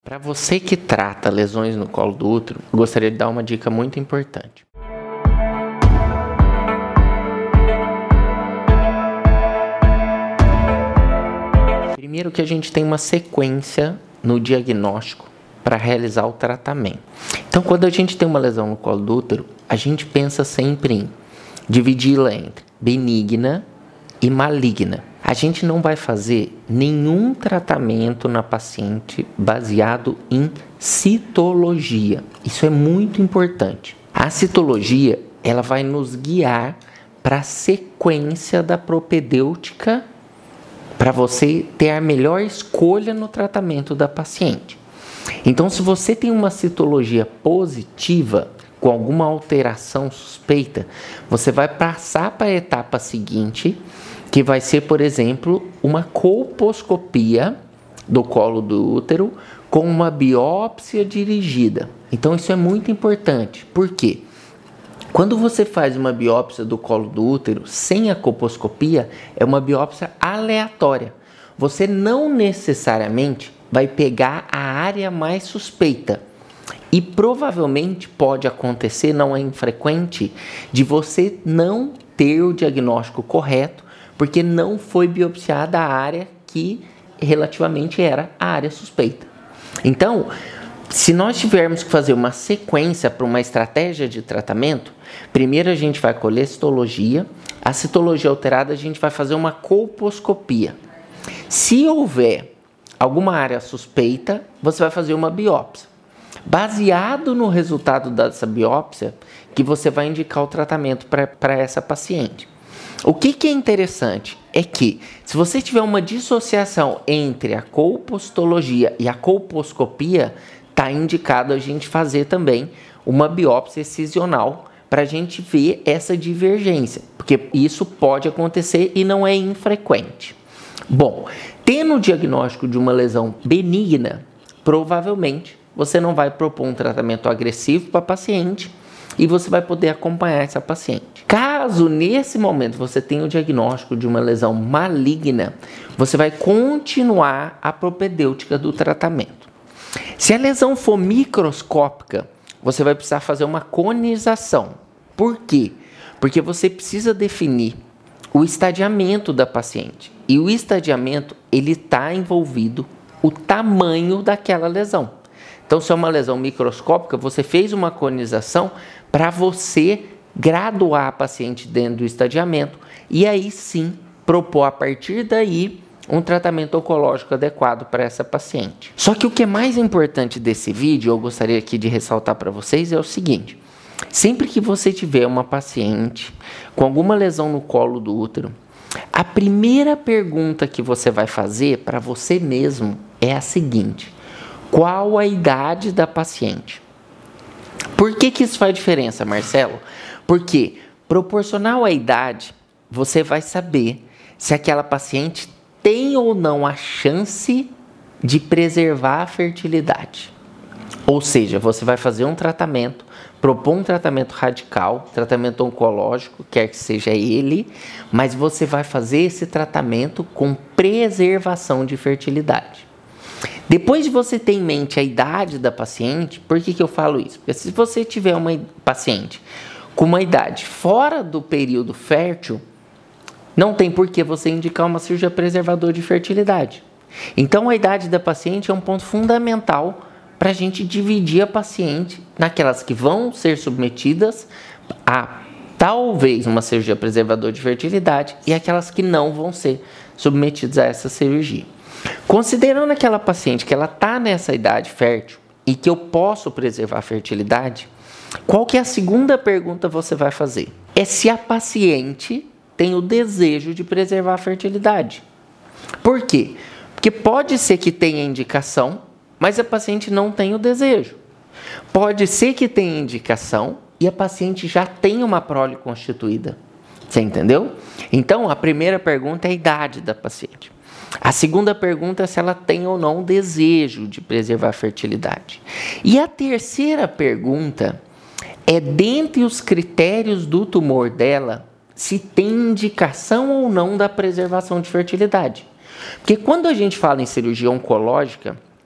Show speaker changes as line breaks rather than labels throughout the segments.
Para você que trata lesões no colo do útero, gostaria de dar uma dica muito importante. Primeiro que a gente tem uma sequência no diagnóstico para realizar o tratamento. Então, quando a gente tem uma lesão no colo do útero, a gente pensa sempre em dividi-la entre benigna e maligna. A gente não vai fazer nenhum tratamento na paciente baseado em citologia. Isso é muito importante. A citologia, ela vai nos guiar para a sequência da propedêutica para você ter a melhor escolha no tratamento da paciente. Então, se você tem uma citologia positiva, com alguma alteração suspeita, você vai passar para a etapa seguinte, que vai ser, por exemplo, uma colposcopia do colo do útero com uma biópsia dirigida. Então, isso é muito importante. Por quê? Quando você faz uma biópsia do colo do útero sem a colposcopia, é uma biópsia aleatória. Você não necessariamente vai pegar a área mais suspeita. E provavelmente pode acontecer, não é infrequente, de você não ter o diagnóstico correto, porque não foi biopsiada a área que relativamente era a área suspeita. Então, se nós tivermos que fazer uma sequência para uma estratégia de tratamento, primeiro a gente vai colher citologia, a citologia alterada a gente vai fazer uma colposcopia. Se houver alguma área suspeita, você vai fazer uma biópsia. Baseado no resultado dessa biópsia, que você vai indicar o tratamento para essa paciente. O que é interessante é que, se você tiver uma dissociação entre a colpostologia e a colposcopia, está indicado a gente fazer também uma biópsia excisional para a gente ver essa divergência, porque isso pode acontecer e não é infrequente. Bom, tendo o diagnóstico de uma lesão benigna, provavelmente você não vai propor um tratamento agressivo para a paciente e você vai poder acompanhar essa paciente. Caso nesse momento você tenha o diagnóstico de uma lesão maligna, você vai continuar a propedêutica do tratamento. Se a lesão for microscópica, você vai precisar fazer uma conização. Por quê? Porque você precisa definir o estadiamento da paciente. E o estadiamento, ele está envolvido o tamanho daquela lesão. Então, se é uma lesão microscópica, você fez uma conização para você graduar a paciente dentro do estadiamento e aí sim propor a partir daí um tratamento oncológico adequado para essa paciente. Só que o que é mais importante desse vídeo, eu gostaria aqui de ressaltar para vocês, é o seguinte: sempre que você tiver uma paciente com alguma lesão no colo do útero, a primeira pergunta que você vai fazer para você mesmo é a seguinte: qual a idade da paciente? Por que isso faz diferença, Marcelo? Porque proporcional à idade, você vai saber se aquela paciente tem ou não a chance de preservar a fertilidade. Ou seja, você vai fazer um tratamento, propor um tratamento radical, tratamento oncológico, quer que seja ele, mas você vai fazer esse tratamento com preservação de fertilidade. Depois de você ter em mente a idade da paciente, por que eu falo isso? Porque se você tiver uma paciente com uma idade fora do período fértil, não tem por que você indicar uma cirurgia preservadora de fertilidade. Então, a idade da paciente é um ponto fundamental para a gente dividir a paciente naquelas que vão ser submetidas a talvez uma cirurgia preservadora de fertilidade e aquelas que não vão ser submetidas a essa cirurgia. Considerando aquela paciente que ela está nessa idade fértil e que eu posso preservar a fertilidade, qual que é a segunda pergunta que você vai fazer? É se a paciente tem o desejo de preservar a fertilidade. Por quê? Porque pode ser que tenha indicação, mas a paciente não tem o desejo. Pode ser que tenha indicação e a paciente já tem uma prole constituída. Você entendeu? Então, a primeira pergunta é a idade da paciente. A segunda pergunta é se ela tem ou não desejo de preservar a fertilidade. E a terceira pergunta é, dentre os critérios do tumor dela, se tem indicação ou não da preservação de fertilidade. Porque quando a gente fala em cirurgia oncológica,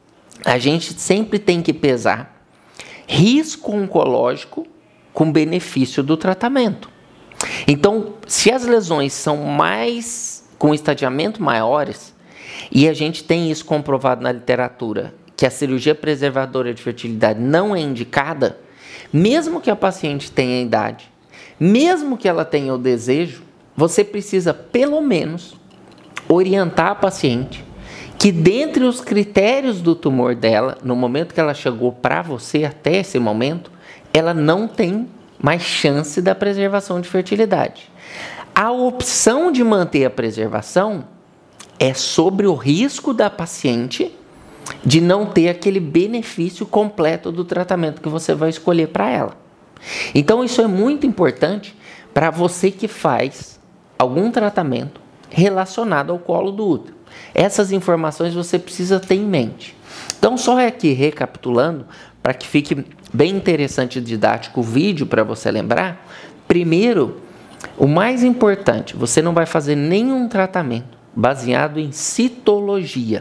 a gente sempre tem que pesar risco oncológico com benefício do tratamento. Então, se as lesões são com estadiamento maiores, e a gente tem isso comprovado na literatura, que a cirurgia preservadora de fertilidade não é indicada, mesmo que a paciente tenha idade, mesmo que ela tenha o desejo, você precisa pelo menos orientar a paciente que dentre os critérios do tumor dela, no momento que ela chegou para você até esse momento, ela não tem mais chance da preservação de fertilidade. A opção de manter a preservação é sobre o risco da paciente de não ter aquele benefício completo do tratamento que você vai escolher para ela. Então isso é muito importante para você que faz algum tratamento relacionado ao colo do útero. Essas informações você precisa ter em mente. Então só aqui recapitulando, para que fique bem interessante e didático o vídeo para você lembrar, primeiro, o mais importante, você não vai fazer nenhum tratamento baseado em citologia.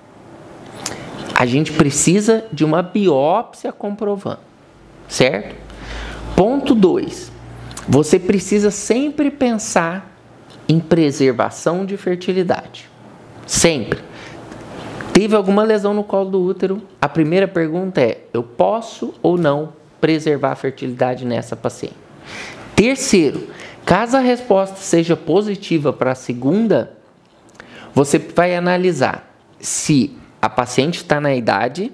A gente precisa de uma biópsia comprovando, certo? Ponto 2. Você precisa sempre pensar em preservação de fertilidade. Sempre. Teve alguma lesão no colo do útero? A primeira pergunta é: eu posso ou não preservar a fertilidade nessa paciente? Terceiro, caso a resposta seja positiva para a segunda, você vai analisar se a paciente está na idade,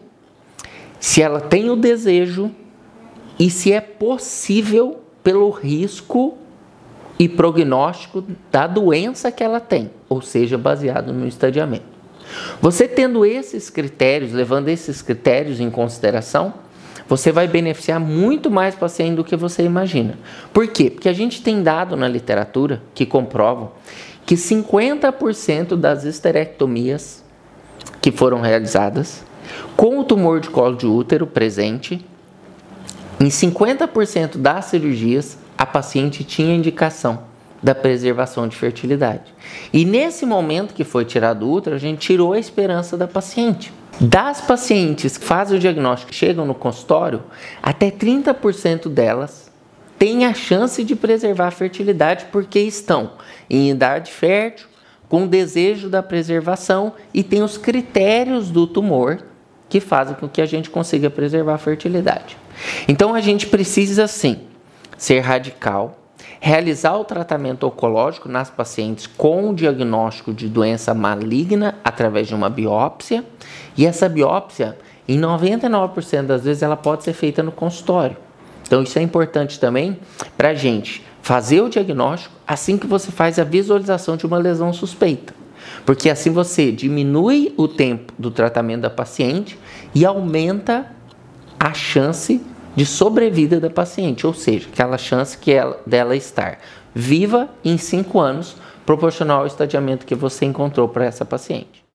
se ela tem o desejo e se é possível pelo risco e prognóstico da doença que ela tem, ou seja, baseado no estadiamento. Você tendo esses critérios, levando esses critérios em consideração, você vai beneficiar muito mais o paciente do que você imagina. Por quê? Porque a gente tem dado na literatura que comprovam que 50% das histerectomias que foram realizadas com o tumor de colo de útero presente, em 50% das cirurgias, a paciente tinha indicação da preservação de fertilidade. E nesse momento que foi tirado o útero, a gente tirou a esperança da paciente. Das pacientes que fazem o diagnóstico e chegam no consultório, até 30% delas têm a chance de preservar a fertilidade porque estão em idade fértil, com desejo da preservação e tem os critérios do tumor que fazem com que a gente consiga preservar a fertilidade. Então a gente precisa sim ser radical, realizar o tratamento oncológico nas pacientes com diagnóstico de doença maligna através de uma biópsia, e essa biópsia, em 99% das vezes, ela pode ser feita no consultório. Então isso é importante também para a gente fazer o diagnóstico assim que você faz a visualização de uma lesão suspeita, porque assim você diminui o tempo do tratamento da paciente e aumenta a chance de sobrevida da paciente, ou seja, aquela chance dela estar viva em 5 anos, proporcional ao estadiamento que você encontrou para essa paciente.